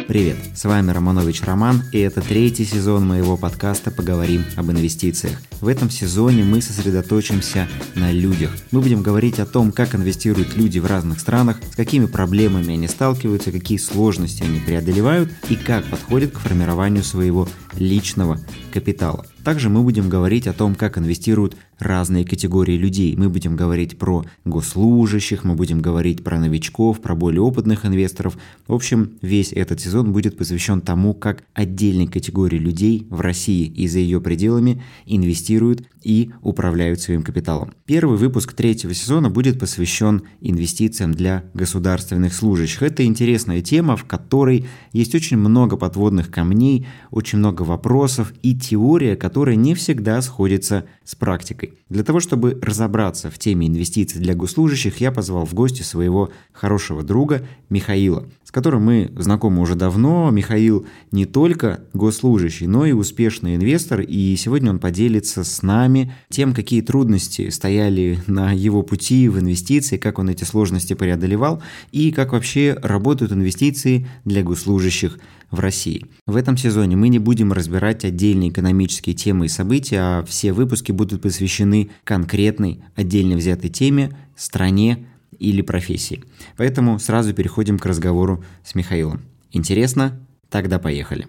Привет, с вами Романович Роман, и это третий сезон моего подкаста «Поговорим об инвестициях». В этом сезоне мы сосредоточимся на людях. Мы будем говорить о том, как инвестируют люди в разных странах, с какими проблемами они сталкиваются, какие сложности они преодолевают и как подходят к формированию своего личного капитала. Также мы будем говорить о том, как инвестируют разные категории людей. Мы будем говорить про госслужащих, мы будем говорить про новичков, про более опытных инвесторов. В общем, весь этот сезон будет посвящен тому, как отдельные категории людей в России и за ее пределами инвестируют и управляют своим капиталом. Первый выпуск третьего сезона будет посвящен инвестициям для государственных служащих. Это интересная тема, в которой есть очень много подводных камней, очень много вопросов и теория, которая не всегда сходится с практикой. Для того, чтобы разобраться в теме инвестиций для госслужащих, я позвал в гости своего хорошего друга Михаила, с которым мы знакомы уже давно. Михаил не только госслужащий, но и успешный инвестор, и сегодня он поделится с нами тем, какие трудности стояли на его пути в инвестиции, как он эти сложности преодолевал и как вообще работают инвестиции для госслужащих в России. В этом сезоне мы не будем разбирать отдельные экономические темы и события, а все выпуски будут посвящены конкретной, отдельно взятой теме, стране или профессии. Поэтому сразу переходим к разговору с Михаилом. Интересно? Тогда поехали.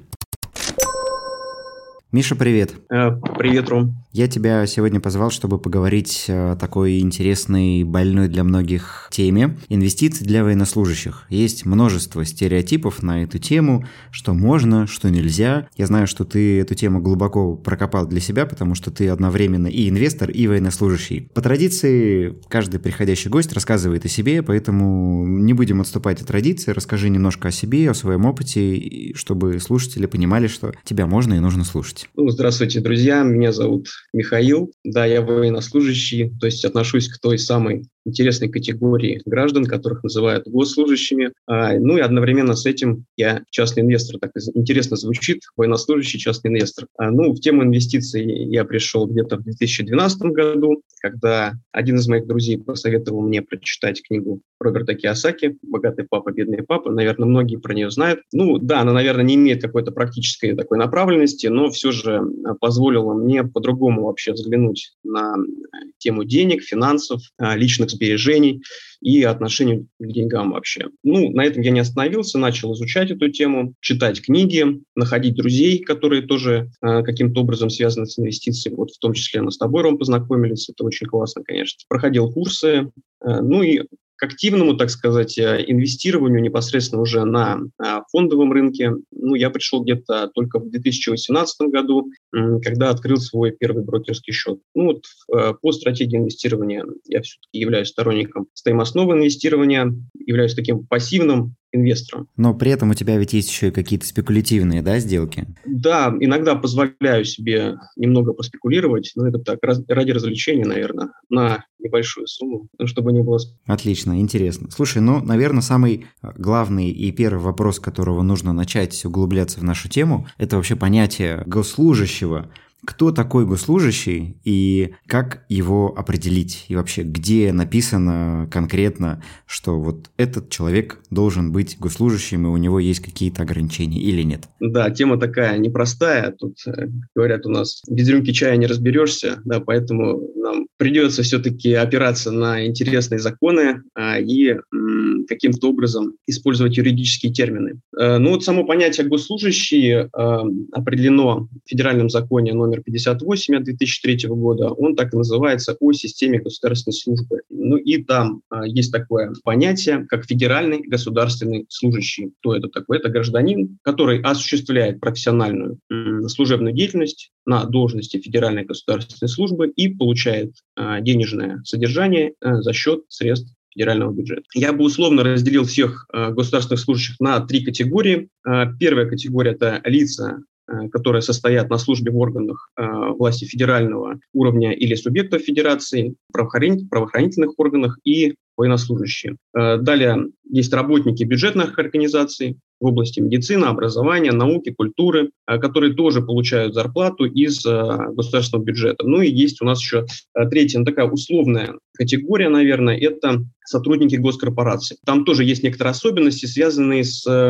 Миша, привет. Привет, Ром. Я тебя сегодня позвал, чтобы поговорить о такой интересной, больной для многих теме – инвестиции для военнослужащих. Есть множество стереотипов на эту тему, что можно, что нельзя. Я знаю, что ты эту тему глубоко прокопал для себя, потому что ты одновременно и инвестор, и военнослужащий. По традиции, каждый приходящий гость рассказывает о себе, поэтому не будем отступать от традиции. Расскажи немножко о себе, о своем опыте, чтобы слушатели понимали, что тебя можно и нужно слушать. Здравствуйте, друзья. Меня зовут Михаил. Да, я военнослужащий, то есть отношусь к той самой интересной категории граждан, которых называют госслужащими. Ну и одновременно с этим я частный инвестор. Так интересно звучит, военнослужащий, частный инвестор. В тему инвестиций я пришел где-то в 2012 году, когда один из моих друзей посоветовал мне прочитать книгу Роберта Кийосаки «Богатый папа, бедный папа». Наверное, многие про нее знают. Она, наверное, не имеет какой-то практической такой направленности, но все же позволила мне по-другому вообще взглянуть на тему денег, финансов, личных сбережений и отношению к деньгам вообще. На этом я не остановился, начал изучать эту тему, читать книги, находить друзей, которые тоже каким-то образом связаны с инвестициями. Вот в том числе мы с тобой, Ром, познакомились, это очень классно, конечно. Проходил курсы, и к активному, так сказать, инвестированию непосредственно уже на фондовом рынке, я пришел где-то только в 2018 году, когда открыл свой первый брокерский счет. По стратегии инвестирования я все-таки являюсь сторонником стоимостного инвестирования, являюсь таким пассивным инвестором. Но при этом у тебя ведь есть еще и какие-то спекулятивные, сделки? Да, иногда позволяю себе немного поспекулировать, но это так, ради развлечения, наверное, на небольшую сумму, чтобы не было... Отлично, интересно. Слушай, наверное, самый главный и первый вопрос, с которого нужно начать углубляться в нашу тему, это вообще понятие госслужащего. Кто такой госслужащий и как его определить? И вообще, где написано конкретно, что вот этот человек должен быть госслужащим, и у него есть какие-то ограничения или нет? Да, тема такая непростая. Тут, говорят, у нас без рюмки чая не разберешься, поэтому нам придется все-таки опираться на интересные законы и каким-то образом использовать юридические термины. Само понятие госслужащий определено в федеральном законе номер 58 от 2003 года. Он так и называется «О системе государственной службы». И там есть такое понятие, как федеральный государственный служащий. Кто это такой? Это гражданин, который осуществляет профессиональную служебную деятельность на должности федеральной государственной службы и получает денежное содержание за счет средств федерального бюджета. Я бы условно разделил всех государственных служащих на 3 категории. Первая категория – это лица, которые состоят на службе в органах власти федерального уровня или субъектов федерации, правоохранительных органах и военнослужащие. Далее есть работники бюджетных организаций в области медицины, образования, науки, культуры, которые тоже получают зарплату из государственного бюджета. И есть у нас еще третья, такая условная категория, наверное, это сотрудники госкорпораций. Там тоже есть некоторые особенности, связанные с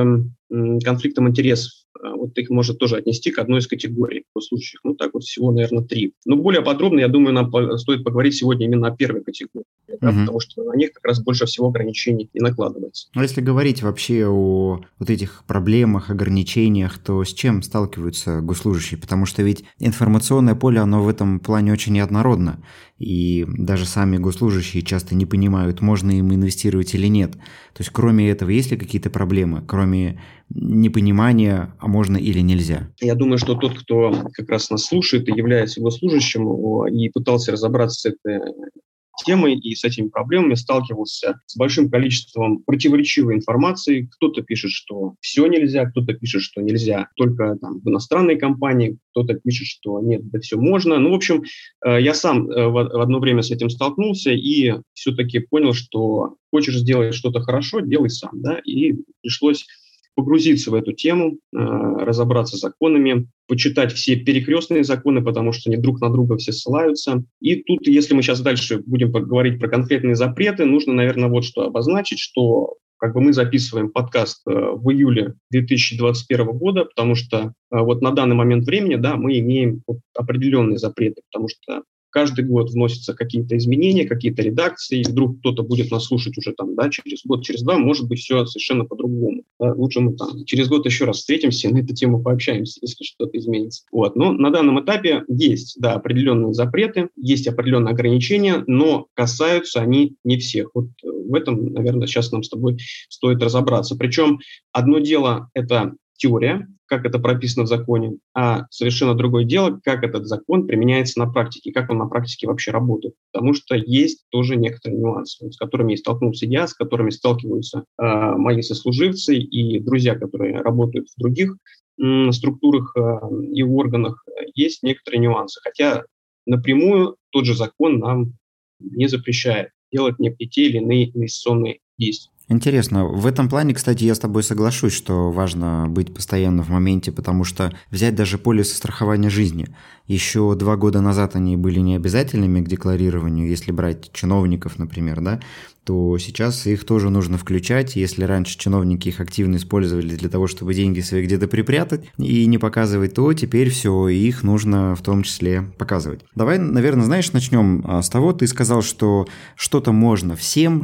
конфликтом интересов. Вот их может тоже отнести к одной из категорий госслужащих. Ну, так вот всего, наверное, 3. Но более подробно, я думаю, нам стоит поговорить сегодня именно о первой категории, да, потому что на них как раз больше всего ограничений и накладывается. Но если говорить вообще о вот этих проблемах, ограничениях, то с чем сталкиваются госслужащие? Потому что ведь информационное поле, оно в этом плане очень неоднородно. И даже сами госслужащие часто не понимают, можно им инвестировать или нет. То есть кроме этого, есть ли какие-то проблемы, кроме непонимания, а можно или нельзя? Я думаю, что тот, кто как раз нас слушает и является госслужащим, и пытался разобраться с этой темой и с этими проблемами, сталкивался с большим количеством противоречивой информации. Кто-то пишет, что все нельзя, кто-то пишет, что нельзя только там, в иностранной компании, кто-то пишет, что нет, да все можно. Ну, в общем, я сам в одно время с этим столкнулся и все-таки понял, что хочешь сделать что-то хорошо, делай сам. Да? И пришлось погрузиться в эту тему, разобраться с законами, почитать все перекрестные законы, потому что они друг на друга все ссылаются. И тут, если мы сейчас дальше будем говорить про конкретные запреты, нужно, наверное, вот что обозначить, что как бы мы записываем подкаст в июле 2021 года, потому что вот на данный момент времени, да, мы имеем вот определенные запреты, потому что каждый год вносятся какие-то изменения, какие-то редакции, и вдруг кто-то будет нас слушать уже там, да, через год, через два, может быть, все совершенно по-другому. Да, лучше мы там через год еще раз встретимся и на эту тему пообщаемся, если что-то изменится. Вот. Но на данном этапе есть, да, определенные запреты, есть определенные ограничения, но касаются они не всех. Вот в этом, наверное, сейчас нам с тобой стоит разобраться. Причем одно дело – это теория, как это прописано в законе, а совершенно другое дело, как этот закон применяется на практике, как он на практике вообще работает. Потому что есть тоже некоторые нюансы, с которыми столкнулся я, с которыми сталкиваются мои сослуживцы и друзья, которые работают в других структурах и органах. Есть некоторые нюансы. Хотя напрямую тот же закон нам не запрещает делать те или иные инвестиционные действия. Интересно. В этом плане, кстати, я с тобой соглашусь, что важно быть постоянно в моменте, потому что взять даже полисы страхования жизни. Еще 2 года назад они были необязательными к декларированию, если брать чиновников, например, да, то сейчас их тоже нужно включать. Если раньше чиновники их активно использовали для того, чтобы деньги свои где-то припрятать и не показывать, то теперь все, и их нужно в том числе показывать. Давай, наверное, знаешь, начнем с того. Ты сказал, что что-то можно всем,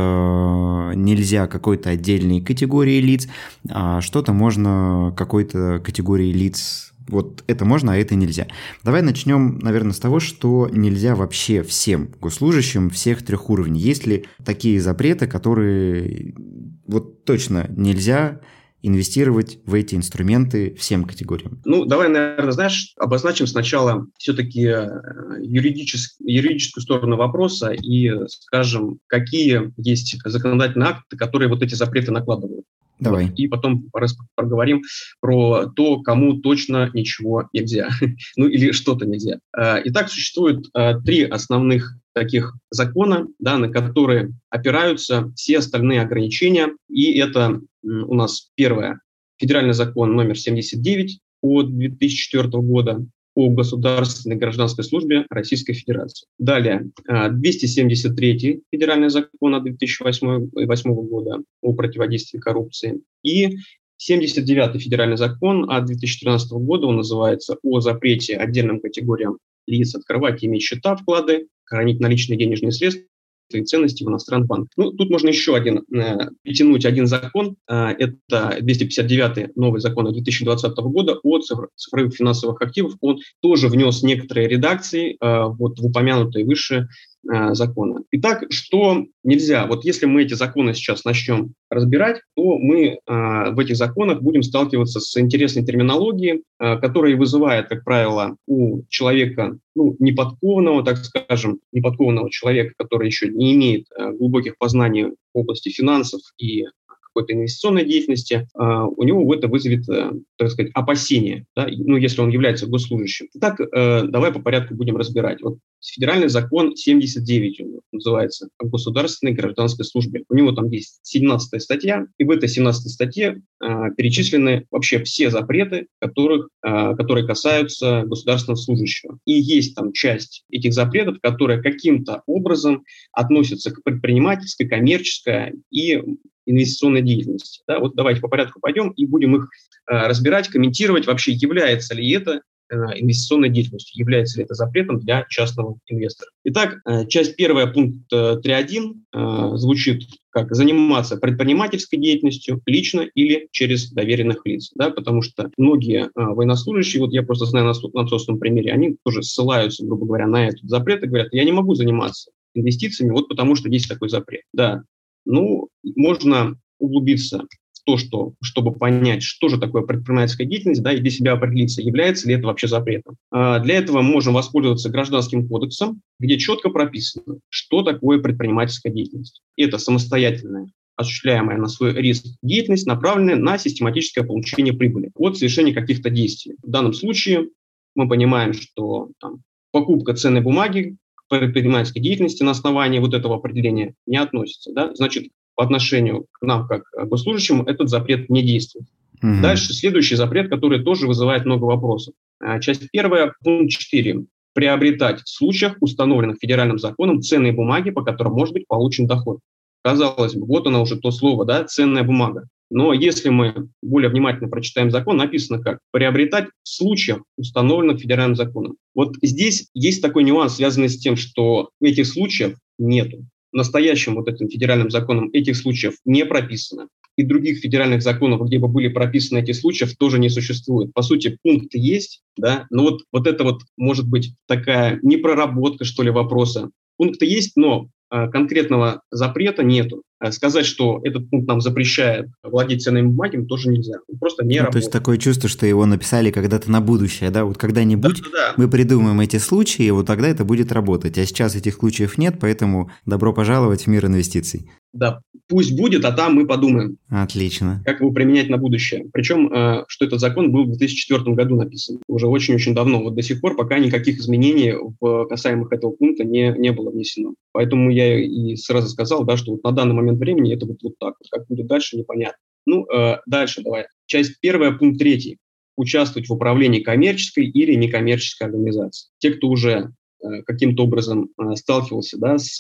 что-то нельзя какой-то отдельной категории лиц, а что-то можно какой-то категории лиц. Вот это можно, а это нельзя. Давай начнем, наверное, с того, что нельзя вообще всем госслужащим всех 3 уровней. Есть ли такие запреты, которые вот точно нельзя инвестировать в эти инструменты всем категориям? Ну, давай, наверное, знаешь, обозначим сначала все-таки юридическую сторону вопроса и скажем, какие есть законодательные акты, которые вот эти запреты накладывают. Давай. Вот. И потом поговорим про то, кому точно ничего нельзя. Ну или что-то нельзя. Итак, существует 3 основных таких закона, да, на которые опираются все остальные ограничения. И это у нас первое. Федеральный закон номер 79 от 2004 года о государственной гражданской службе Российской Федерации. Далее, 273 федеральный закон от 2008 года о противодействии коррупции и 79-й федеральный закон от 2013 года, он называется «О запрете отдельным категориям лиц открывать и иметь счета, вклады, хранить наличные денежные средства и ценности в иностранных банках». Ну, тут можно еще притянуть один закон. Это 259-й новый закон от 2020 года о цифровых финансовых активах. Он тоже внес некоторые редакции вот в упомянутые выше закона. Итак, что нельзя? Вот если мы эти законы сейчас начнем разбирать, то мы в этих законах будем сталкиваться с интересной терминологией, которая вызывает, как правило, у человека, неподкованного, так скажем, неподкованного человека, который еще не имеет глубоких познаний в области финансов и какой-то инвестиционной деятельности, у него это вызовет, так сказать, опасения, да, если он является госслужащим. Итак, давай по порядку будем разбирать. Вот федеральный закон 79, он называется, о государственной гражданской службе. У него там есть 17 статья, и в этой 17 статье перечислены вообще все запреты, которые касаются государственного служащего. И есть там часть этих запретов, которая каким-то образом относится к предпринимательской, коммерческой и инвестиционной деятельности. Да, вот давайте по порядку пойдем и будем их разбирать, комментировать, вообще является ли это инвестиционной деятельностью, является ли это запретом для частного инвестора. Итак, часть первая, пункт 3.1 звучит как заниматься предпринимательской деятельностью лично или через доверенных лиц, да, потому что многие военнослужащие, вот я просто знаю на собственном примере, они тоже ссылаются, грубо говоря, на этот запрет и говорят, я не могу заниматься инвестициями, вот потому что есть такой запрет. Да, ну, можно углубиться то, чтобы понять, что же такое предпринимательская деятельность, да, и для себя определиться, является ли это вообще запретом. Для этого мы можем воспользоваться Гражданским кодексом, где четко прописано, что такое предпринимательская деятельность. Это самостоятельная, осуществляемая на свой риск деятельность, направленная на систематическое получение прибыли от совершения каких-то действий. В данном случае мы понимаем, что покупка ценной бумаги к предпринимательской деятельности на основании вот этого определения не относится. Да? Значит, по отношению к нам, как к госслужащим, этот запрет не действует. Дальше следующий запрет, который тоже вызывает много вопросов. Часть первая, пункт 4. Приобретать в случаях, установленных федеральным законом, ценные бумаги, по которым может быть получен доход. Казалось бы, вот оно уже то слово, да, ценная бумага. Но если мы более внимательно прочитаем закон, написано как «приобретать в случаях, установленных федеральным законом». Вот здесь есть такой нюанс, связанный с тем, что этих случаев нету. Настоящим вот этим федеральным законом этих случаев не прописано. И других федеральных законов, где бы были прописаны эти случаи, тоже не существует. По сути, пункт есть, да, но вот это вот может быть такая непроработка, что ли, вопроса. Пункты есть, но конкретного запрета нету. Сказать, что этот пункт нам запрещает владеть ценными бумагами, тоже нельзя. Он просто не работает. То есть такое чувство, что его написали когда-то на будущее, да? Вот когда-нибудь мы придумаем эти случаи, и вот тогда это будет работать. А сейчас этих случаев нет, поэтому добро пожаловать в мир инвестиций. Да, пусть будет, а там мы подумаем. Отлично. Как его применять на будущее. Причем, что этот закон был в 2004 году написан. Уже очень-очень давно. Вот до сих пор пока никаких изменений в касаемых этого пункта не было внесено. Поэтому я и сразу сказал, да, что вот на данный момент времени это вот так. Как будет дальше, непонятно. Дальше давай. Часть первая, пункт 3. Участвовать в управлении коммерческой или некоммерческой организацией. Те, кто уже каким-то образом сталкивался, да, с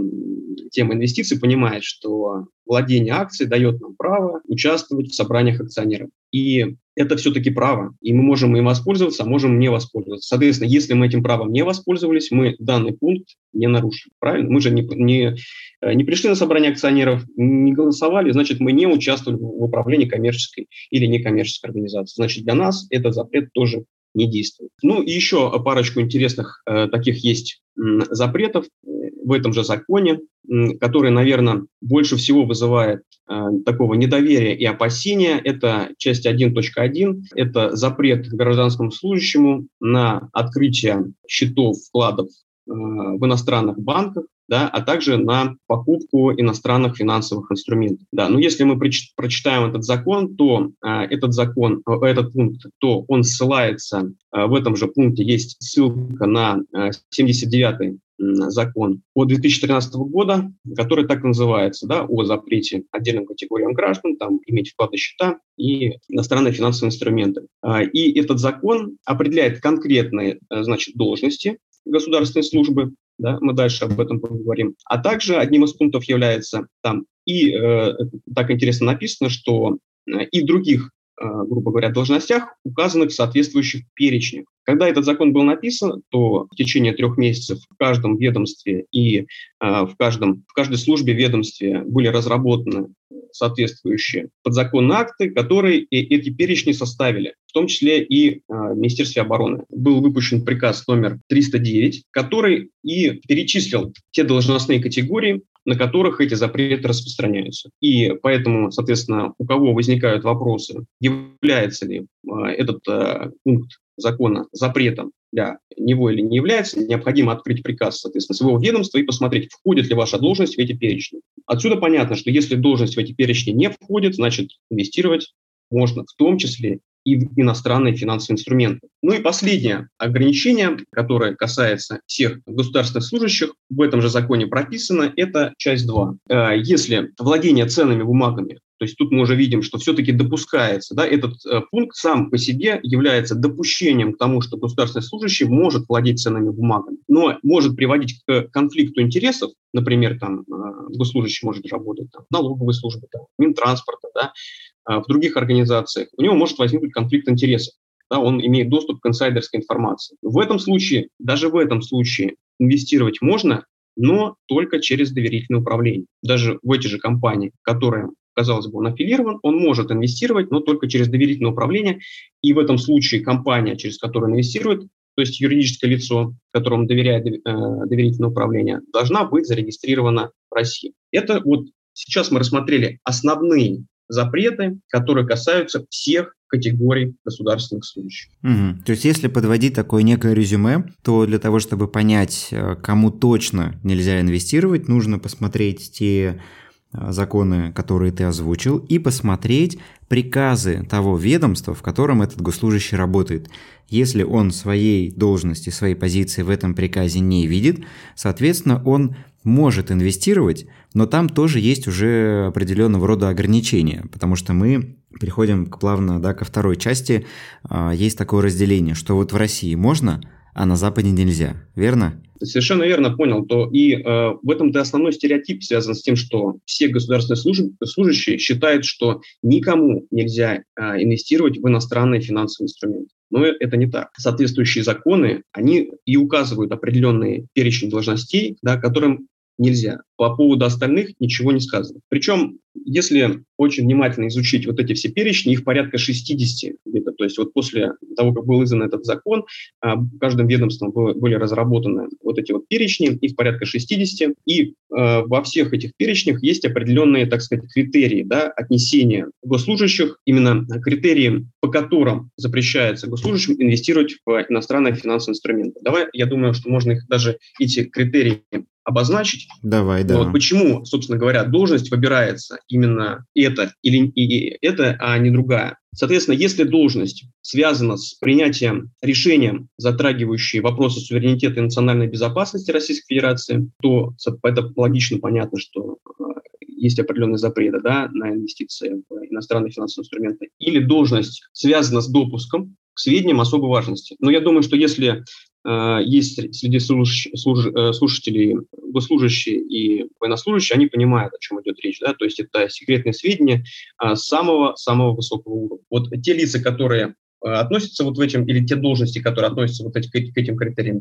темой инвестиций, понимает, что владение акцией дает нам право участвовать в собраниях акционеров. И это все-таки право, и мы можем им воспользоваться, а можем не воспользоваться. Соответственно, если мы этим правом не воспользовались, мы данный пункт не нарушили. Правильно? Мы же не пришли на собрание акционеров, не голосовали, значит, мы не участвовали в управлении коммерческой или некоммерческой организацией. Значит, для нас этот запрет тоже не действует. И еще парочку интересных таких есть запретов в этом же законе, которые, наверное, больше всего вызывает такого недоверия и опасения. Это часть 1.1, это запрет гражданскому служащему на открытие счетов, вкладов в иностранных банках, да, а также на покупку иностранных финансовых инструментов. Да, но если мы прочитаем этот закон, то этот пункт, то он ссылается, в этом же пункте есть ссылка на 79-й закон от 2013 года, который так называется, да, о запрете отдельным категориям граждан там, иметь вклады счета и иностранные финансовые инструменты. И этот закон определяет конкретные, должности государственной службы, да, мы дальше об этом поговорим. А также одним из пунктов является там так интересно написано, что и в других, грубо говоря, должностях, указанных в соответствующих перечнях. Когда этот закон был написан, то в течение 3 месяцев в каждом ведомстве и в каждой службе ведомстве были разработаны соответствующие подзаконные акты, которые эти перечни составили, в том числе и в Министерстве обороны. Был выпущен приказ номер 309, который и перечислил те должностные категории, на которых эти запреты распространяются. И поэтому, соответственно, у кого возникают вопросы, является ли этот пункт закона запретом для него или не является, необходимо открыть приказ, соответственно, своего ведомства и посмотреть, входит ли ваша должность в эти перечни. Отсюда понятно, что если должность в эти перечни не входит, значит, инвестировать можно в том числе и в иностранные финансовые инструменты. И последнее ограничение, которое касается всех государственных служащих, в этом же законе прописано, это часть 2. Если владение ценными бумагами, То есть тут мы уже видим, что все-таки допускается, да, этот пункт сам по себе является допущением к тому, что государственный служащий может владеть ценными бумагами, но может приводить к конфликту интересов, например, там госслужащий может работать там, в налоговой службе, там, в Минтранспорта, да, в других организациях, у него может возникнуть конфликт интересов. Да, он имеет доступ к инсайдерской информации. В этом случае, даже в этом случае инвестировать можно, но только через доверительное управление. Даже в эти же компании, которые, казалось бы, он аффилирован, он может инвестировать, но только через доверительное управление. И в этом случае компания, через которую он инвестирует, то есть юридическое лицо, которому доверяет доверительное управление, должна быть зарегистрирована в России. Это вот сейчас мы рассмотрели основные запреты, которые касаются всех категорий государственных служащих. То есть, если подводить такое некое резюме, то для того, чтобы понять, кому точно нельзя инвестировать, нужно посмотреть те законы, которые ты озвучил, и посмотреть приказы того ведомства, в котором этот госслужащий работает. Если он своей должности, своей позиции в этом приказе не видит, соответственно, он может инвестировать, но там тоже есть уже определенного рода ограничения, потому что мы переходим плавно, да, ко второй части. Есть такое разделение, что вот в России можно, а на Западе нельзя, верно? Совершенно верно понял. В этом-то основной стереотип связан с тем, что все государственные служащие считают, что никому нельзя инвестировать в иностранные финансовые инструменты. Но это не так. Соответствующие законы, они и указывают определенный перечень должностей, да, которым нельзя. По поводу остальных ничего не сказано. Причем, если очень внимательно изучить вот эти все перечни, их порядка 60 где-то. То есть вот после того, как был издан этот закон, каждым ведомством были разработаны вот эти вот перечни, их порядка 60. И во всех этих перечнях есть определенные, так сказать, критерии, да, отнесения госслужащих, именно критерии, по которым запрещается госслужащим инвестировать в иностранные финансовые инструменты. Я думаю, что можно их даже, эти критерии, обозначить. Давай, да. Вот почему, собственно говоря, должность выбирается именно это или это, а не другая. Соответственно, если должность связана с принятием решения, затрагивающие вопросы суверенитета и национальной безопасности Российской Федерации, то это логично, понятно, что есть определенные запреты, да, на инвестиции в иностранные финансовые инструменты. Или должность связана с допуском к сведениям особой важности. Но я думаю, что если есть среди слушателей госслужащие и военнослужащие, они понимают, о чем идет речь. Да? То есть это секретные сведения самого высокого уровня. Вот те лица, которые относятся вот в этим, или те должности, которые относятся вот к этим критериям,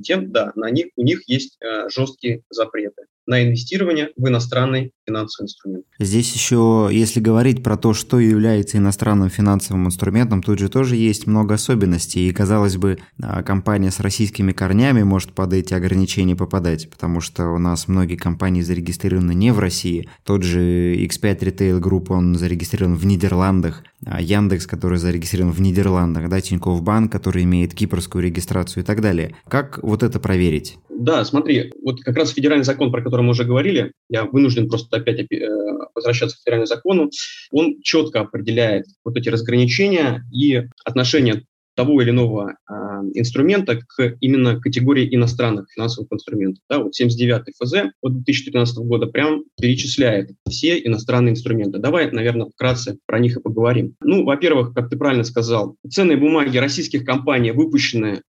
у них есть жесткие запреты на инвестирование в иностранный финансовый инструмент. Здесь еще, если говорить про то, что является иностранным финансовым инструментом, тут же тоже есть много особенностей. И, казалось бы, компания с российскими корнями может под эти ограничения попадать, потому что у нас многие компании зарегистрированы не в России. Тот же X5 Retail Group, он зарегистрирован в Нидерландах, Яндекс, который зарегистрирован в Нидерландах, да, Тинькофф Банк, который имеет кипрскую регистрацию и так далее. Как вот это проверить? Да, смотри, вот как раз федеральный закон, про который мы уже говорили, я вынужден просто опять возвращаться к федеральному закону, он четко определяет вот эти разграничения и отношения того или иного инструмента к именно категории иностранных финансовых инструментов. Да, вот 79-й ФЗ от 2013 года прям перечисляет все иностранные инструменты. Давай, наверное, вкратце про них и поговорим. Ну, во-первых, как ты правильно сказал, ценные бумаги российских компаний, выпущенные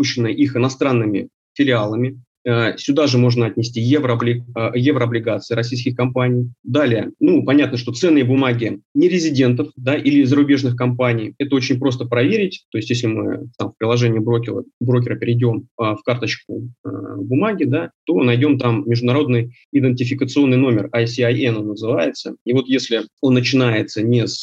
их иностранными филиалами. Сюда же можно отнести еврооблигации российских компаний. Далее, понятно, что ценные бумаги нерезидентов, да, или зарубежных компаний. Это очень просто проверить. То есть, если мы в приложении брокера перейдем в карточку бумаги, да, то найдем там международный идентификационный номер, ICIN он называется. И вот если он начинается не с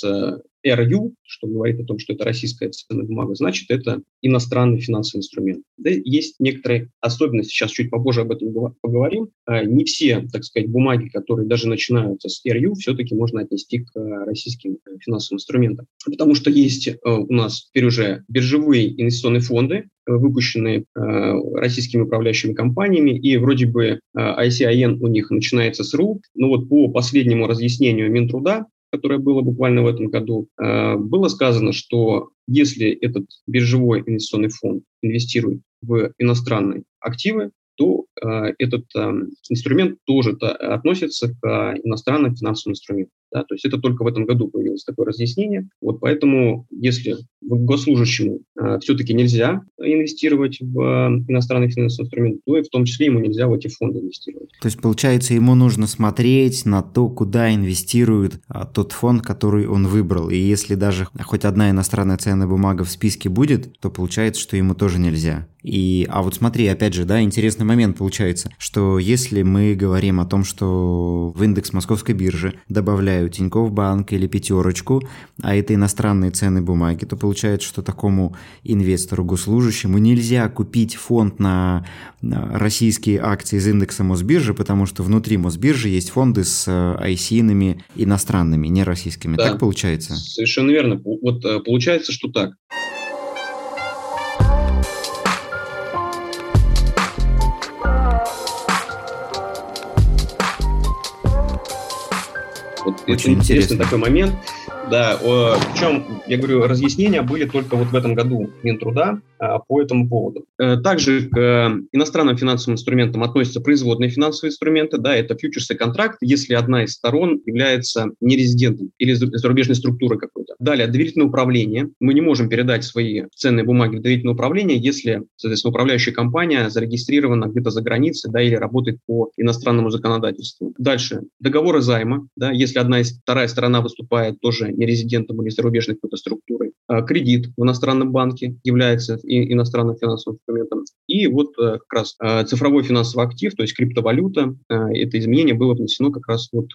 RU, что говорит о том, что это российская ценная бумага, значит, это иностранный финансовый инструмент. Да, есть некоторые особенности, сейчас чуть попозже об этом поговорим. Не все, так сказать, бумаги, которые даже начинаются с RU, все-таки можно отнести к российским финансовым инструментам. Потому что есть у нас теперь уже биржевые инвестиционные фонды, выпущенные российскими управляющими компаниями, и вроде бы ICIN у них начинается с РУ, но вот по последнему разъяснению Минтруда, которое было буквально в этом году, было сказано, что если этот биржевой инвестиционный фонд инвестирует в иностранные активы, то этот инструмент тоже относится к иностранным финансовым инструментам. Да, то есть это только в этом году появилось такое разъяснение. Вот поэтому, если госслужащему все-таки нельзя инвестировать в иностранные финансовые инструменты, то и в том числе ему нельзя в эти фонды инвестировать. То есть, получается, ему нужно смотреть на то, куда инвестирует тот фонд, который он выбрал. И если даже хоть одна иностранная ценная бумага в списке будет, то получается, что ему тоже нельзя. А вот смотри, опять же, да, интересный момент получается, что если мы говорим о том, что в индекс Московской биржи добавляют Тинькофф Банк или Пятерочку, а это иностранные ценные бумаги, то получается, что такому инвестору, госслужащему нельзя купить фонд на российские акции из индекса Мосбиржи, потому что внутри Мосбиржи есть фонды с ISIN-ами иностранными, не российскими. Да, так получается? Совершенно верно. Вот получается, что так. Вот это интересный такой момент. Да, причем, я говорю, разъяснения были только вот в этом году Минтруда по этому поводу. Также к иностранным финансовым инструментам относятся производные финансовые инструменты, да, это фьючерсы и контракты, если одна из сторон является нерезидентом или зарубежной структурой какой-то. Далее, доверительное управление. Мы не можем передать свои ценные бумаги в доверительное управление, если, соответственно, управляющая компания зарегистрирована где-то за границей, да, или работает по иностранному законодательству. Дальше, договоры займа, да, если вторая сторона выступает тоже нерезидентом или зарубежной какой-то структурой. Кредит в иностранном банке является иностранным финансовым инструментом. И вот как раз цифровой финансовый актив, то есть криптовалюта, это изменение было внесено как раз вот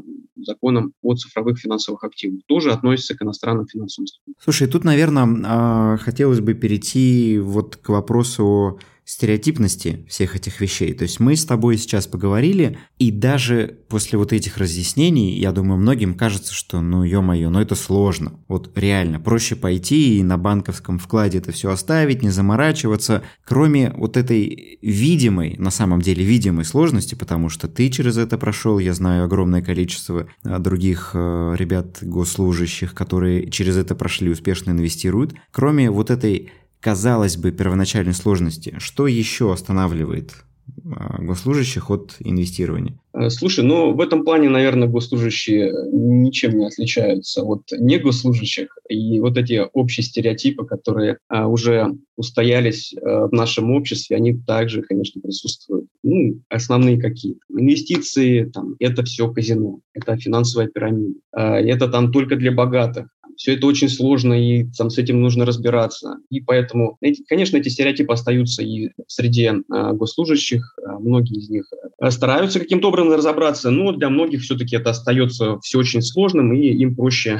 законом о цифровых финансовых активах. Тоже относится к иностранным финансовым инструментам. Слушай, тут, наверное, хотелось бы перейти вот к вопросу стереотипности всех этих вещей. То есть мы с тобой сейчас поговорили, и даже после вот этих разъяснений, я думаю, многим кажется, что ё-моё, это сложно. Вот реально, проще пойти и на банковском вкладе это все оставить, не заморачиваться. Кроме вот этой видимой, на самом деле видимой сложности, потому что ты через это прошел, я знаю огромное количество других ребят, госслужащих, которые через это прошли, успешно инвестируют. Кроме вот этой, казалось бы, первоначальной сложности, что еще останавливает госслужащих от инвестирования? Слушай, в этом плане, наверное, госслужащие ничем не отличаются от негосслужащих. И вот эти общие стереотипы, которые уже устоялись в нашем обществе, они также, конечно, присутствуют. Основные какие? Инвестиции, это все казино, это финансовая пирамида, это только для богатых. Все это очень сложно, и с этим нужно разбираться. И поэтому, конечно, эти стереотипы остаются и в среде госслужащих. Многие из них стараются каким-то образом разобраться, но для многих все-таки это остается все очень сложным, и им проще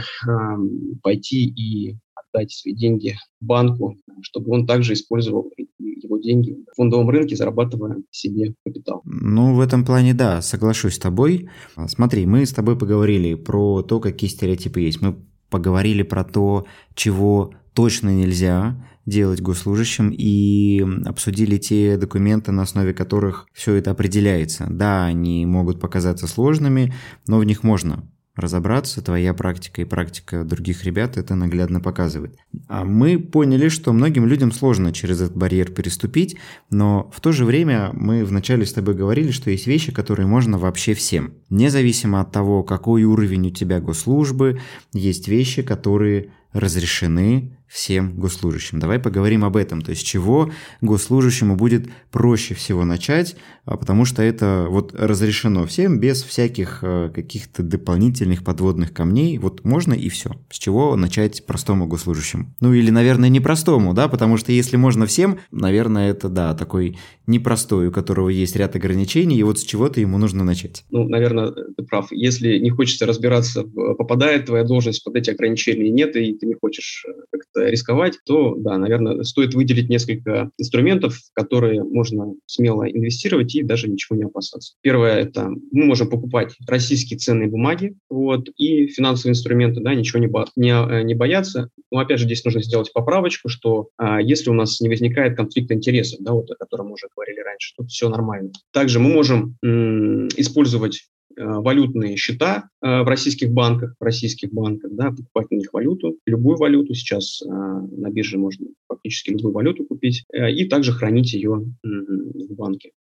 пойти и отдать свои деньги банку, чтобы он также использовал его деньги в фондовом рынке, зарабатывая себе капитал. В этом плане, да, соглашусь с тобой. Смотри, мы с тобой поговорили про то, какие стереотипы есть. Мы поговорили про то, чего точно нельзя делать госслужащим, и обсудили те документы, на основе которых все это определяется. Да, они могут показаться сложными, но в них можно разобраться. Твоя практика и практика других ребят это наглядно показывает. А мы поняли, что многим людям сложно через этот барьер переступить, но в то же время мы вначале с тобой говорили, что есть вещи, которые можно вообще всем. Независимо от того, какой уровень у тебя госслужбы, есть вещи, которые разрешены всем госслужащим. Давай поговорим об этом, то есть с чего госслужащему будет проще всего начать, потому что это вот разрешено всем без всяких каких-то дополнительных подводных камней, вот можно и все. С чего начать простому госслужащему? Или, наверное, непростому, да, потому что если можно всем, наверное, это, да, такой непростой, у которого есть ряд ограничений, и вот с чего-то ему нужно начать. Наверное, ты прав. Если не хочется разбираться, попадает твоя должность под эти ограничения или нет, и ты не хочешь как-то рисковать, то, да, наверное, стоит выделить несколько инструментов, в которые можно смело инвестировать и даже ничего не опасаться. Первое – это мы можем покупать российские ценные бумаги, и финансовые инструменты, да, ничего не бояться. Но, опять же, здесь нужно сделать поправочку, что если у нас не возникает конфликта интересов, да, о котором мы уже говорили раньше, то все нормально. Также мы можем использовать валютные счета в российских банках, да, покупать на них валюту, любую валюту. Сейчас на бирже можно фактически любую валюту купить, и также хранить ее в банке.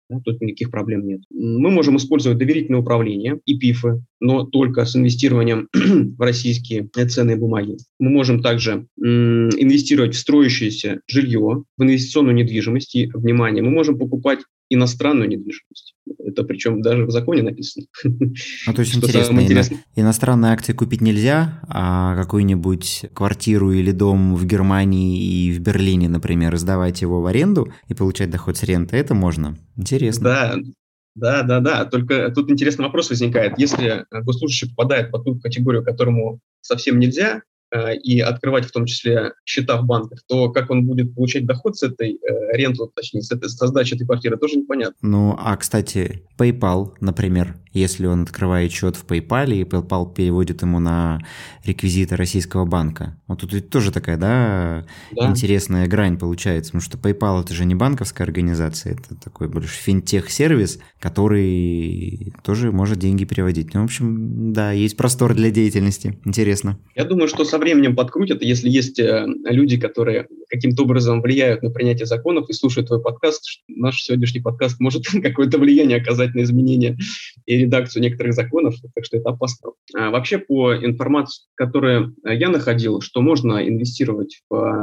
Да, тут никаких проблем нет. Мы можем использовать доверительное управление и ПИФы, но только с инвестированием в российские ценные бумаги. Мы можем также инвестировать в строящееся жилье, в инвестиционную недвижимость. И, внимание, мы можем покупать иностранную недвижимость. Это причем даже в законе написано. Ну, то есть Что интересно, самое интересное. иностранные акции купить нельзя, а какую-нибудь квартиру или дом в Германии и в Берлине, например, сдавать его в аренду и получать доход с ренты, это можно. Интересно. Да. Только тут интересный вопрос возникает. Если госслужащий попадает под ту категорию, которому совсем нельзя, и открывать в том числе счета в банках, то как он будет получать доход с этой ренты, точнее, со сдачи этой квартиры, тоже непонятно. Ну, а, кстати, PayPal, например, если он открывает счет в PayPal, и PayPal переводит ему на реквизиты российского банка. Вот тут ведь тоже такая, да, интересная грань получается, потому что PayPal – это же не банковская организация, это такой больше финтех-сервис, который тоже может деньги переводить. Ну, в общем, да, есть простор для деятельности. Интересно. Я думаю, что со временем подкрутят, если есть люди, которые каким-то образом влияют на принятие законов и слушают твой подкаст, наш сегодняшний подкаст может какое-то влияние оказать на изменение и редакцию некоторых законов, так что это опасно. Вообще, по информации, которую я находил, что можно инвестировать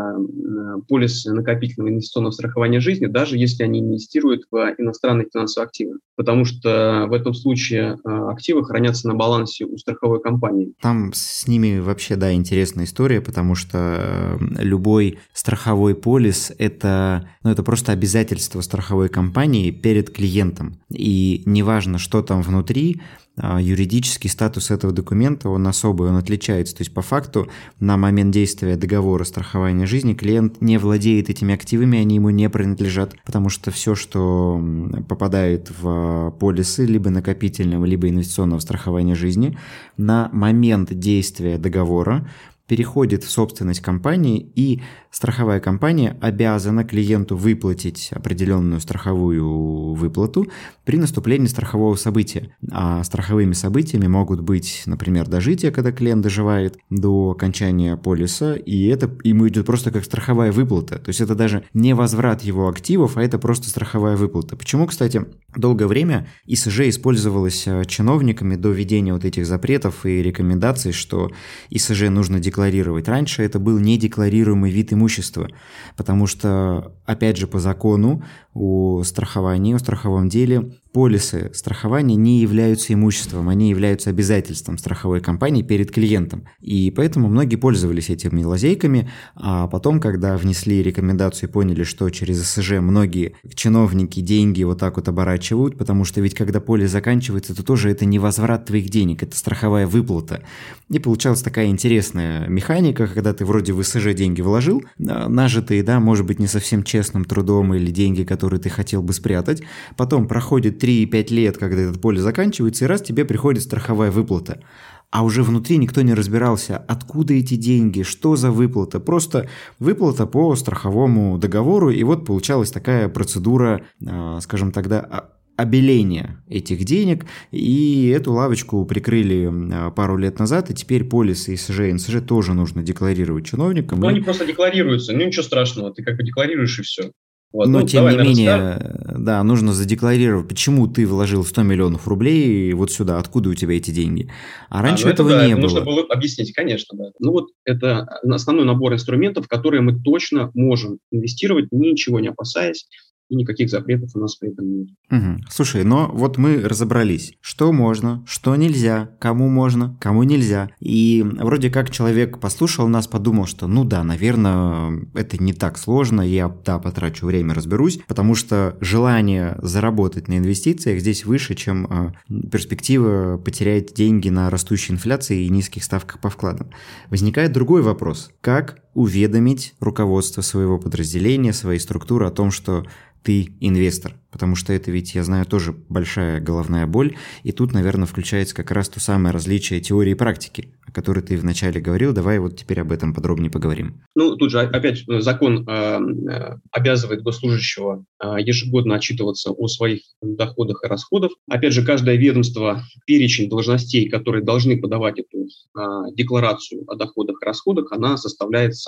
в полис накопительного инвестиционного страхования жизни, даже если они инвестируют в иностранные финансовые активы, потому что в этом случае активы хранятся на балансе у страховой компании. Там с ними вообще, да, интересная история, потому что любой страховой полис – это просто обязательство страховой компании перед клиентом. И неважно, что там внутри, юридический статус этого документа, он особый, он отличается. То есть, по факту, на момент действия договора страхования жизни клиент не владеет этими активами, они ему не принадлежат, потому что все, что попадает в полисы либо накопительного, либо инвестиционного страхования жизни, на момент действия договора переходит в собственность компании, и страховая компания обязана клиенту выплатить определенную страховую выплату при наступлении страхового события. А страховыми событиями могут быть, например, дожитие, когда клиент доживает до окончания полиса, и это ему идет просто как страховая выплата. То есть это даже не возврат его активов, а это просто страховая выплата. Почему, кстати, долгое время ИСЖ использовалось чиновниками до введения вот этих запретов и рекомендаций, что ИСЖ нужно декларировать. Раньше это был недекларируемый вид имущества, потому что, опять же, по закону о страховании, о страховом деле, полисы страхования не являются имуществом, они являются обязательством страховой компании перед клиентом. И поэтому многие пользовались этими лазейками, а потом, когда внесли рекомендацию и поняли, что через ИСЖ многие чиновники деньги вот так вот оборачивают, потому что ведь когда полис заканчивается, то тоже это не возврат твоих денег, это страховая выплата. И получалась такая интересная механика, когда ты вроде в ИСЖ деньги вложил, нажитые, да, может быть, не совсем честным трудом или деньги, которые ты хотел бы спрятать, потом проходит 3-5 лет, когда этот полис заканчивается, и раз тебе приходит страховая выплата. А уже внутри никто не разбирался, откуда эти деньги, что за выплата. Просто выплата по страховому договору, и вот получалась такая процедура, скажем тогда, обеления этих денег, и эту лавочку прикрыли пару лет назад, и теперь полисы ИСЖ и НСЖ тоже нужно декларировать чиновникам. Ну, они просто декларируются, ну ничего страшного, ты как бы декларируешь и все. Вот. Но, Ну, тем не менее, да, нужно задекларировать, почему ты вложил 100 миллионов рублей вот сюда, откуда у тебя эти деньги. А раньше этого не было. Нужно было объяснить, конечно, да. Ну вот это основной набор инструментов, в которые мы точно можем инвестировать, ничего не опасаясь, и никаких запретов у нас при этом нет. Угу. Слушай, но вот мы разобрались, что можно, что нельзя, кому можно, кому нельзя. И вроде как человек послушал нас, подумал, что ну да, наверное, это не так сложно, я, да, потрачу время, разберусь, потому что желание заработать на инвестициях здесь выше, чем перспектива потерять деньги на растущей инфляции и низких ставках по вкладам. Возникает другой вопрос. Как уведомить руководство своего подразделения, своей структуры о том, что ты инвестор, потому что это ведь, я знаю, тоже большая головная боль, и тут, наверное, включается как раз то самое различие теории и практики, о которой ты вначале говорил. Давай вот теперь об этом подробнее поговорим. Ну, тут же опять закон обязывает госслужащего ежегодно отчитываться о своих доходах и расходах. Опять же, каждое ведомство, перечень должностей, которые должны подавать эту декларацию о доходах и расходах, она составляет сама.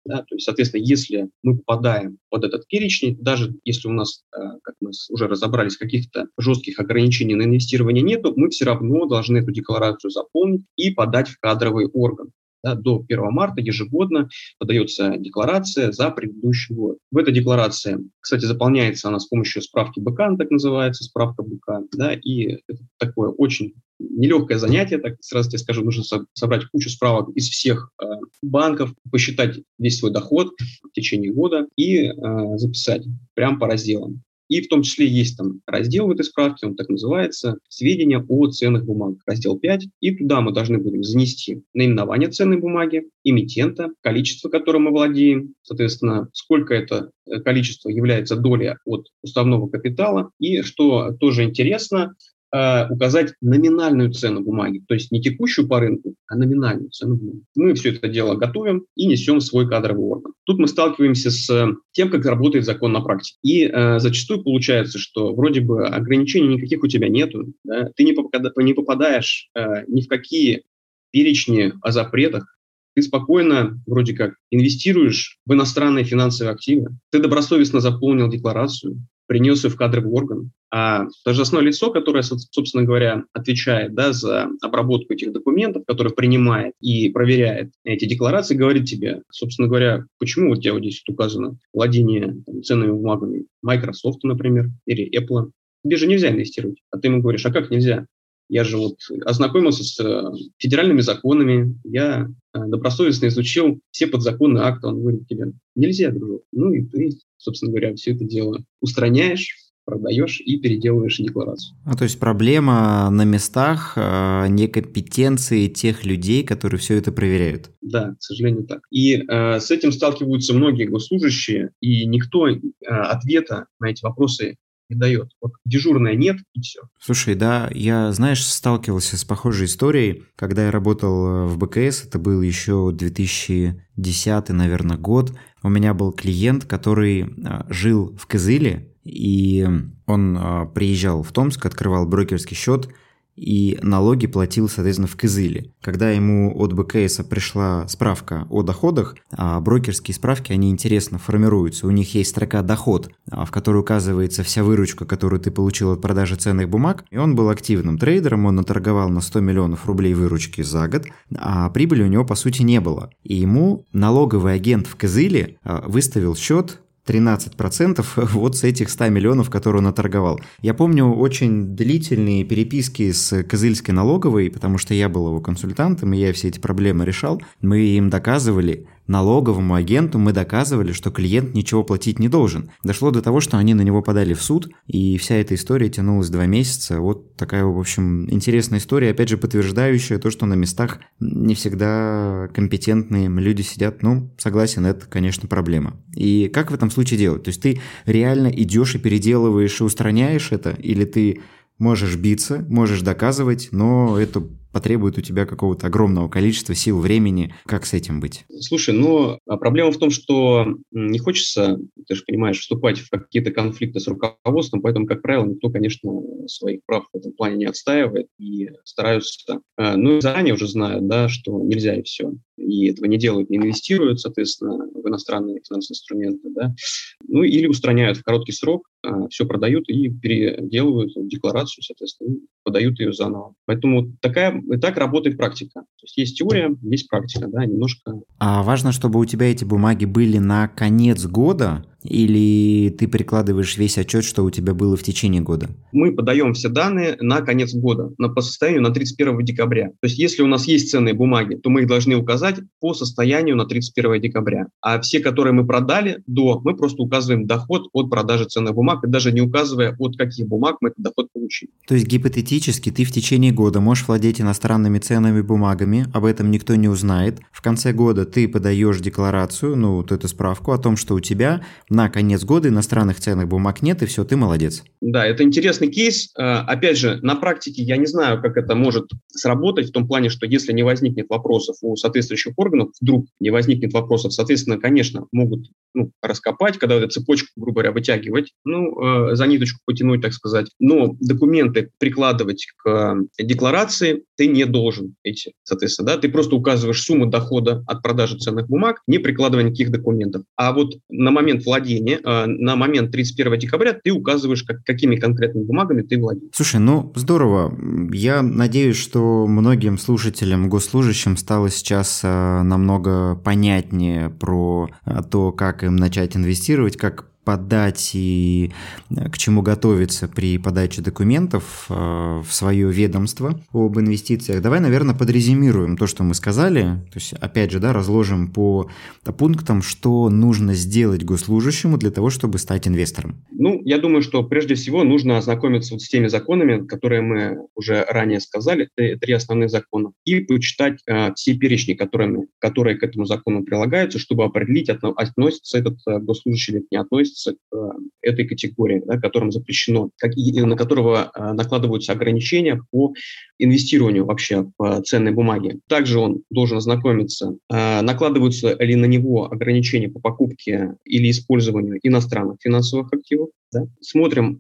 Да? То есть, соответственно, если мы попадаем под этот перечень, даже если у нас, как мы уже разобрались, каких-то жестких ограничений на инвестирование нету, мы все равно должны эту декларацию заполнить и подать в кадровый орган. Да, до 1 марта ежегодно подается декларация за предыдущий год. В этой декларации, кстати, заполняется она с помощью справки БК, так называется, справка БК, да, и это такое очень нелегкое занятие, так сразу тебе скажу, нужно собрать кучу справок из всех банков, посчитать весь свой доход в течение года и записать прямо по разделам. И в том числе есть там раздел в этой справке, он так называется, «Сведения о ценных бумагах», раздел 5. И туда мы должны будем занести наименование ценной бумаги, эмитента, количество, которым мы владеем, соответственно, сколько это количество является долей от уставного капитала. И, что тоже интересно, указать номинальную цену бумаги, то есть не текущую по рынку, а номинальную цену бумаги. Мы все это дело готовим и несем в свой кадровый орган. Тут мы сталкиваемся с тем, как работает закон на практике. И зачастую получается, что вроде бы ограничений никаких у тебя нету, да? Ты не попадаешь ни в какие перечни о запретах, ты спокойно вроде как инвестируешь в иностранные финансовые активы, ты добросовестно заполнил декларацию, принес ее в кадровый орган, а должностное лицо, которое, собственно говоря, отвечает, да, за обработку этих документов, которое принимает и проверяет эти декларации, говорит тебе, собственно говоря, почему вот у тебя вот здесь указано владение ценными бумагами Microsoft, например, или Apple. Тебе же нельзя инвестировать. А ты ему говоришь, а как нельзя? Я же вот ознакомился с федеральными законами, я добросовестно изучил все подзаконные акты. Он говорит тебе, нельзя, дружок. Ну и ты, собственно говоря, все это дело устраняешь, продаешь и переделываешь декларацию. То есть проблема на местах некомпетенции тех людей, которые все это проверяют. Да, к сожалению, так. И с этим сталкиваются многие госслужащие, и никто ответа на эти вопросы не дает. Вот дежурная нет, и все. Слушай, да, я, знаешь, сталкивался с похожей историей, когда я работал в БКС, это был еще 2010, наверное, год. У меня был клиент, который жил в Кызыле, и он приезжал в Томск, открывал брокерский счет, и налоги платил, соответственно, в Кызыле. Когда ему от БКС пришла справка о доходах, брокерские справки, они интересно формируются. У них есть строка «Доход», в которой указывается вся выручка, которую ты получил от продажи ценных бумаг. И он был активным трейдером, он наторговал на 100 миллионов рублей выручки за год, а прибыли у него, по сути, не было. И ему налоговый агент в Кызыле выставил счет 13% вот с этих 100 миллионов, которые он наторговал. Я помню очень длительные переписки с Кызыльской налоговой, потому что я был его консультантом, и я все эти проблемы решал. Мы им доказывали, налоговому агенту мы доказывали, что клиент ничего платить не должен. Дошло до того, что они на него подали в суд, и вся эта история тянулась 2 месяца. Вот такая, в общем, интересная история, опять же, подтверждающая то, что на местах не всегда компетентные люди сидят. Ну, согласен, это, конечно, проблема. И как в этом случае делать? То есть ты реально идешь и переделываешь и устраняешь это, или ты можешь биться, можешь доказывать, но это потребует у тебя какого-то огромного количества сил, времени. Как с этим быть? Слушай, ну, проблема в том, что не хочется, ты же понимаешь, вступать в какие-то конфликты с руководством, поэтому, как правило, никто, конечно, своих прав в этом плане не отстаивает и стараются, ну, заранее уже знают, да, что нельзя и все. И этого не делают, не инвестируют, соответственно, в иностранные финансовые инструменты, да, ну, или устраняют в короткий срок, все продают и переделывают декларацию, соответственно, подают ее заново. Поэтому так работает практика. То есть теория, есть практика, да, немножко. А важно, чтобы у тебя эти бумаги были на конец года, или ты прикладываешь весь отчет, что у тебя было в течение года? Мы подаем все данные на конец года, по состоянию на 31 декабря. То есть если у нас есть ценные бумаги, то мы их должны указать по состоянию на 31 декабря. А все, которые мы продали мы просто указываем доход от продажи ценных бумаг, и даже не указывая, от каких бумаг мы этот доход получили. То есть гипотетически ты в течение года можешь владеть иностранными ценными бумагами, об этом никто не узнает. В конце года ты подаешь декларацию, вот эту справку о том, что у тебя на конец года иностранных ценных бумаг нет, и все, ты молодец. Да, это интересный кейс. Опять же, на практике я не знаю, как это может сработать, в том плане, что если не возникнет вопросов у соответствующих органов, вдруг не возникнет вопросов, соответственно, конечно, могут раскопать, когда эту цепочку, грубо говоря, вытягивать, за ниточку потянуть, так сказать. Но документы прикладывать к декларации ты не должен эти, соответственно, да, ты просто указываешь сумму дохода от продажи ценных бумаг, не прикладывая никаких документов. А вот на момент владения, на момент 31 декабря ты указываешь, какими конкретными бумагами ты владеешь. Слушай, здорово. Я надеюсь, что многим слушателям, госслужащим стало сейчас намного понятнее про то, как им начать инвестировать, как подать и к чему готовиться при подаче документов в свое ведомство об инвестициях. Давай, наверное, подрезюмируем то, что мы сказали. То есть, опять же, расложим по пунктам, что нужно сделать госслужащему для того, чтобы стать инвестором. Я думаю, что прежде всего нужно ознакомиться с теми законами, которые мы уже ранее сказали, 3 основных закона, и почитать все перечни, которые к этому закону прилагаются, чтобы определить, относится этот госслужащий или не относится к этой категории, да, которым запрещено, на которого накладываются ограничения по инвестированию вообще в ценные бумаги. Также он должен ознакомиться, накладываются ли на него ограничения по покупке или использованию иностранных финансовых активов. Да. Смотрим,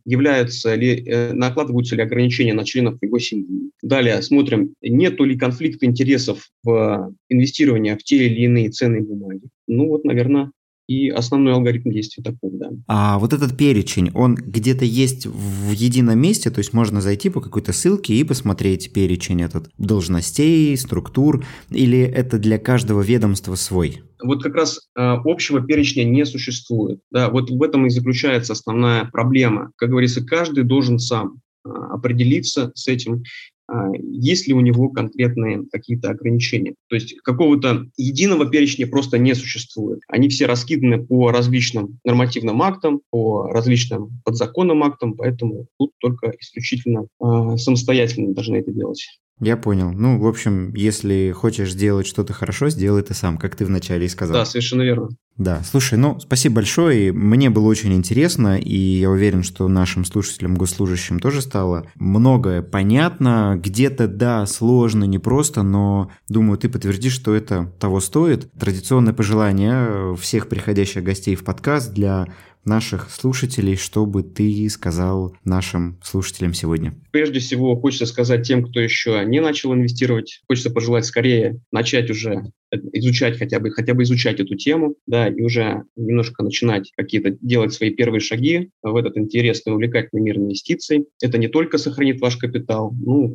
накладываются ли ограничения на членов его семьи. Далее смотрим, нету ли конфликта интересов в инвестировании в те или иные ценные бумаги. Наверное, и основной алгоритм действия таков, да. А вот этот перечень, он где-то есть в едином месте, то есть можно зайти по какой-то ссылке и посмотреть перечень этот должностей, структур, или это для каждого ведомства свой? Вот как раз общего перечня не существует. Да, вот в этом и заключается основная проблема. Как говорится, каждый должен сам определиться с этим, есть ли у него конкретные какие-то ограничения. То есть какого-то единого перечня просто не существует. Они все раскиданы по различным нормативным актам, по различным подзаконным актам, поэтому тут только исключительно самостоятельно должны это делать. Я понял. В общем, если хочешь сделать что-то хорошо, сделай это сам, как ты вначале и сказал. Да, совершенно верно. Да, слушай, спасибо большое. Мне было очень интересно, и я уверен, что нашим слушателям, госслужащим тоже стало многое понятно. Где-то, да, сложно, непросто, но, думаю, ты подтвердишь, что это того стоит. Традиционное пожелание всех приходящих гостей в подкаст для наших слушателей, что бы ты сказал нашим слушателям сегодня? Прежде всего, хочется сказать тем, кто еще не начал инвестировать, хочется пожелать скорее начать уже изучать, хотя бы изучать эту тему, да, и уже немножко начинать делать свои первые шаги в этот интересный, увлекательный мир инвестиций. Это не только сохранит ваш капитал,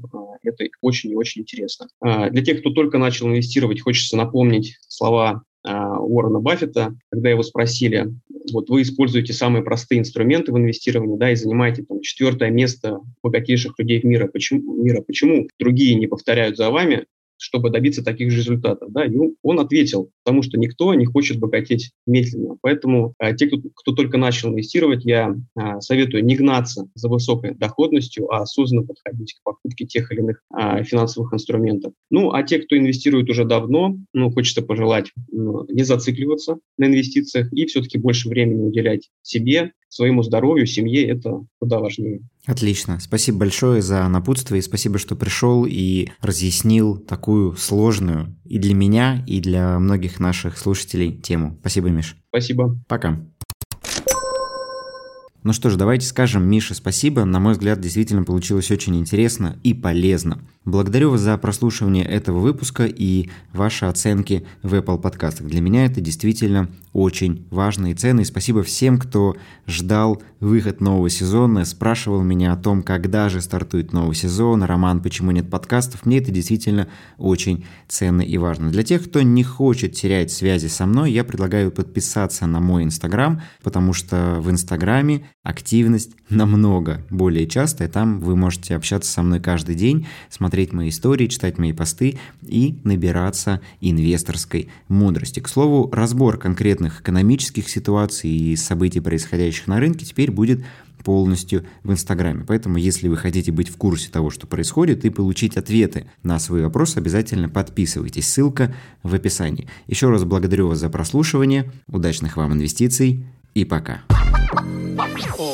это очень и очень интересно. Для тех, кто только начал инвестировать, хочется напомнить слова Уоррена Баффета, когда его спросили, вы используете самые простые инструменты в инвестировании, да, и занимаете 4-е место богатейших людей мира. Почему другие не повторяют за вами, чтобы добиться таких же результатов? Да? И он ответил, потому что никто не хочет богатеть медленно. Поэтому те, кто только начал инвестировать, я советую не гнаться за высокой доходностью, а осознанно подходить к покупке тех или иных финансовых инструментов. А те, кто инвестирует уже давно, хочется пожелать не зацикливаться на инвестициях и все-таки больше времени уделять себе, своему здоровью, семье. Это куда важнее. Отлично. Спасибо большое за напутствие и спасибо, что пришел и разъяснил такую сложную и для меня, и для многих наших слушателей тему. Спасибо, Миш. Спасибо. Пока. Ну что ж, давайте скажем Мише спасибо. На мой взгляд, действительно получилось очень интересно и полезно. Благодарю вас за прослушивание этого выпуска и ваши оценки в Apple подкастах. Для меня это действительно очень важно и ценно. И спасибо всем, кто ждал выход нового сезона, спрашивал меня о том, когда же стартует новый сезон. Роман, почему нет подкастов? Мне это действительно очень ценно и важно. Для тех, кто не хочет терять связи со мной, я предлагаю подписаться на мой Инстаграм, потому что в Инстаграме активность намного более частая. Там вы можете общаться со мной каждый день, смотреть мои истории, читать мои посты и набираться инвесторской мудрости. К слову, разбор конкретных экономических ситуаций и событий, происходящих на рынке, теперь будет полностью в Инстаграме. Поэтому, если вы хотите быть в курсе того, что происходит, и получить ответы на свои вопросы, обязательно подписывайтесь. Ссылка в описании. Еще раз благодарю вас за прослушивание. Удачных вам инвестиций и пока.